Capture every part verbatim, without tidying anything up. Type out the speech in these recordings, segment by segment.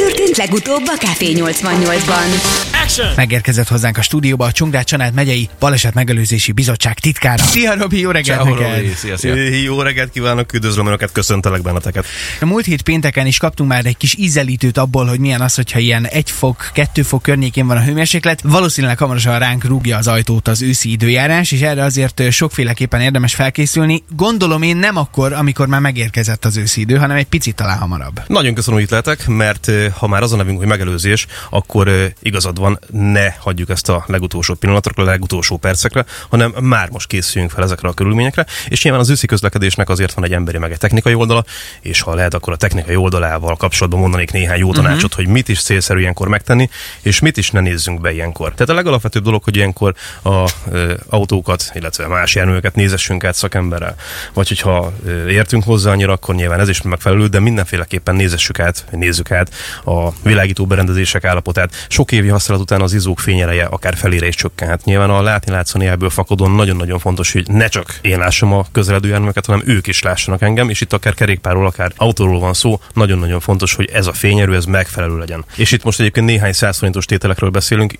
történt legutóbb a Café nyolcvannyolcban? Action! Megérkezett hozzánk a stúdióba a Csongrád Csanád megyei Baleset Megelőzési Bizottság titkára. Szia Robi, jó reggelt Ciao, neked! Robi. Szia, szia. Jó reggelt kívánok, üdvözlöm Önöket, köszöntelek benneteket. A múlt hét pénteken is kaptunk már egy kis ízelítőt abból, hogy milyen az, hogyha ilyen egy fok, kettő fok környékén van a hőmérséklet. Valószínűleg hamarosan ránk rúgja az ajtót az őszi időjárás, és erre azért sokféleképpen érdemes felkészülni. Gondolom én nem akkor, amikor már megérkezett az őszi idő, hanem egy picit talán hamarabb. Nagyon köszönöm, hogy itt lehetek, mert ha már az a nevünk, hogy megelőzés, akkor igazad van, ne hagyjuk ezt a legutolsó pillanatokra, a legutolsó percekre, hanem már most készüljünk fel ezekre a körülményekre, és nyilván az őszi közlekedésnek azért van egy emberi meg egy technikai oldala, és ha lehet, akkor a technikai oldalával kapcsolatban mondanék néhány jó tanácsot, uh-huh. hogy mit is célszerű ilyenkor megtenni, és mit is ne nézzünk be ilyenkor. Tehát a legalapvetőbb dolog, hogy ilyenkor a ö, autókat, illetve más járműveket nézessünk át szakemberrel. Vagy hogyha ö, értünk hozzá annyira, akkor nyilván ez is megfelelő, de mindenféleképpen nézessük át, nézzük át a világító berendezések állapotát. Sok évi használat után az izzók fényereje akár felére is csökkenhet. Nyilván a látni-látszani jelből fakadóan nagyon-nagyon fontos, hogy ne csak én lássam a közeledő járműveket, hanem ők is lássanak engem, és itt akár kerékpárról, akár autóról van szó, nagyon-nagyon fontos, hogy ez a fényerő, ez megfelelő legyen. És itt most egyébként néhány száz forintos tételekről beszélünk,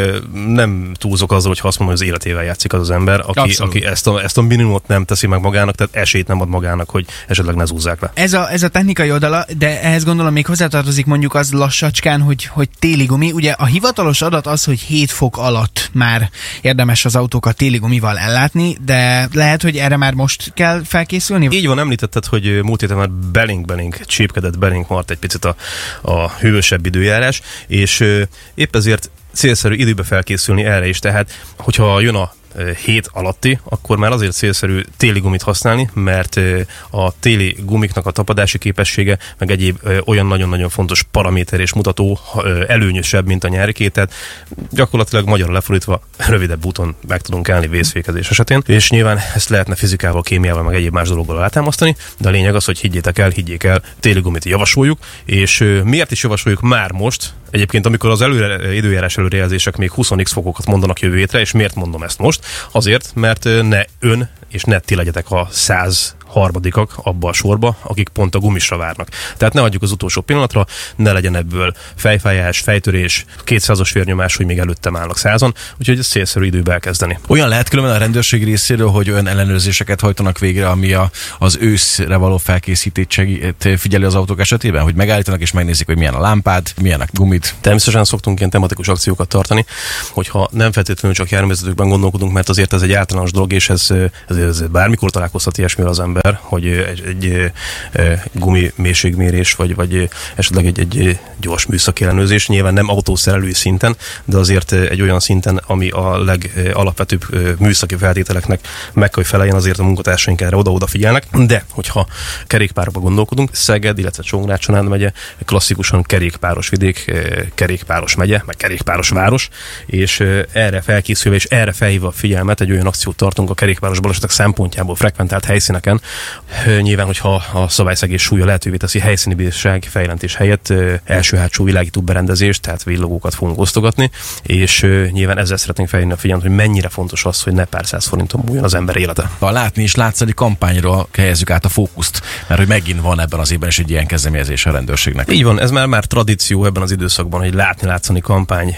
nem túlzok azzal, hogy azt mondom, hogy az életével játszik az az ember, aki, aki ezt, a, ezt a minimumot nem teszi meg magának, tehát esélyt nem ad magának, hogy esetleg ne zúzzák le. Ez a, ez a technikai oldala, de ehhez gondolom még hozzátartozik mondjuk az lassacskán, hogy, hogy téli gumi. Ugye a hivatalos adat az, hogy hét fok alatt már érdemes az autókat téli gumival ellátni, de lehet, hogy erre már most kell felkészülni? Így van, említetted, hogy múlt héten már belénk-belénk csípkedett, belénk maradt egy picit a, a hűvösebb időjárás, és ö, épp ezért célszerű időbe felkészülni erre is. Tehát, hogyha jön a hét alatti, akkor már azért célszerű téli gumit használni, mert a téli gumiknak a tapadási képessége, meg egyéb olyan nagyon-nagyon fontos paraméter és mutató előnyösebb, mint a nyáriké, tehát gyakorlatilag magyarul lefordítva rövidebb úton meg tudunk állni vészfékezés esetén, és nyilván ezt lehetne fizikával, kémiával, meg egyéb más dologgal alátámasztani, de a lényeg az, hogy higgyétek el, higgyék el, téli gumit javasoljuk, és miért is javasoljuk már most? Egyébként, amikor az előre, időjárás előrejelzések még húsz x fokokat mondanak jövő hétre, és miért mondom ezt most? Azért, mert ne ön és ne ti legyetek a száz harmadikak abba a sorba, akik pont a gumisra várnak. Tehát ne adjuk az utolsó pillanatra, ne legyen ebből fejfájás, fejtörés, kétszázas vérnyomás, hogy még előttem állnak százan, úgyhogy ez célszerű időbe elkezdeni. Olyan lehet különben a rendőrség részéről, hogy olyan ellenőrzéseket hajtanak végre, ami a, az őszre való felkészítését figyeli az autók esetében, hogy megállítanak és megnézik, hogy milyen a lámpád, milyen a gumit. Természetesen szoktunk ilyen tematikus akciókat tartani, hogyha nem feltétlenül csak járművezetőkben gondolkodunk, mert azért ez egy általános dolog, és ez, ez, ez bármikor találkozhat ilyesmivel az ember, hogy egy, egy, egy gumi mélységmérés, vagy, vagy esetleg egy, egy gyors műszaki ellenőrzés, nyilván nem autószerelői szinten, de azért egy olyan szinten, ami a legalapvetőbb műszaki feltételeknek meg kell, hogy feleljen, azért a munkatársaink erre oda-oda figyelnek. De hogyha kerékpárba gondolkodunk, Szeged, illetve Csongrád Csanád megye klasszikusan kerékpáros vidék, kerékpáros megye, meg kerékpáros város, és erre felkészülve és erre felhívva a figyelmet egy olyan akciót tartunk a kerékpáros balesetek szempontjából frekventált helyszíneken. Nyilván, hogyha a szabályszegés súlya lehetővé teszi, helyszíni bíróság fejlentés helyett első-hátsó világító berendezést, tehát villogókat fogunk osztogatni, és nyilván ezzel szeretnénk felhívni a figyelmet, hogy mennyire fontos az, hogy ne pár száz forinton múljon az ember élete. A látni és látszani kampányra helyezzük át a fókuszt, mert hogy megint van ebben az évben is egy ilyen kezdeményezés a rendőrségnek. Így van, ez már már tradíció ebben az időszakban, hogy látni-látszani kampány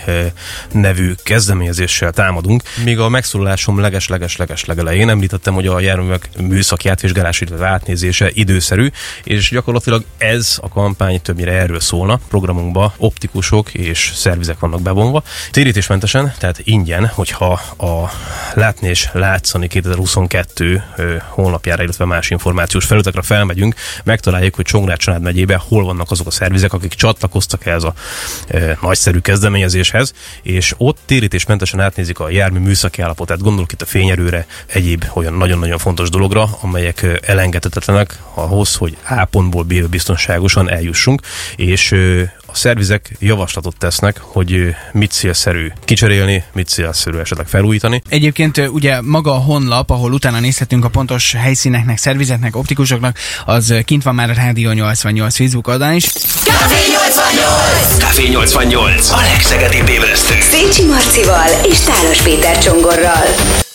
nevű kezdeményezéssel támadunk. Még a megszólalásom leges-leges-leges legelején említettem, hogy a járművek műszaki átvizsgálás, illetve átnézése időszerű, és gyakorlatilag ez a kampány többnyire erről szólna. Programunkban optikusok és szervizek vannak bevonva. Térítésmentesen, tehát ingyen, hogyha a látni és látszani kétezer-huszonkettő honlapjára, illetve más információs felületekre felmegyünk, megtaláljuk, hogy Csongrád Csanád megyében hol vannak azok a szervizek, akik csatlakoztak ehhez a e, nagyszerű kezdeményezéshez, és ott térítésmentesen átnézik a jármű műszaki állapotát. Gondolok itt a fényerőre, egyéb olyan nagyon-nagyon fontos dologra, amelyek elengedhetetlenek ahhoz, hogy A pontból B biztonságosan eljussunk, és a szervizek javaslatot tesznek, hogy mit célszerű kicserélni, mit célszerű esetleg felújítani. Egyébként ugye maga a honlap, ahol utána nézhetünk a pontos helyszíneknek, szervizeknek, optikusoknak, az kint van már a Rádió nyolcvannyolc Facebook oldalán is. Café nyolcvannyolc! Café nyolcvannyolc! A legszegedibb ébresztő! Szécsi Marcival és Tálos Péter Csongorral.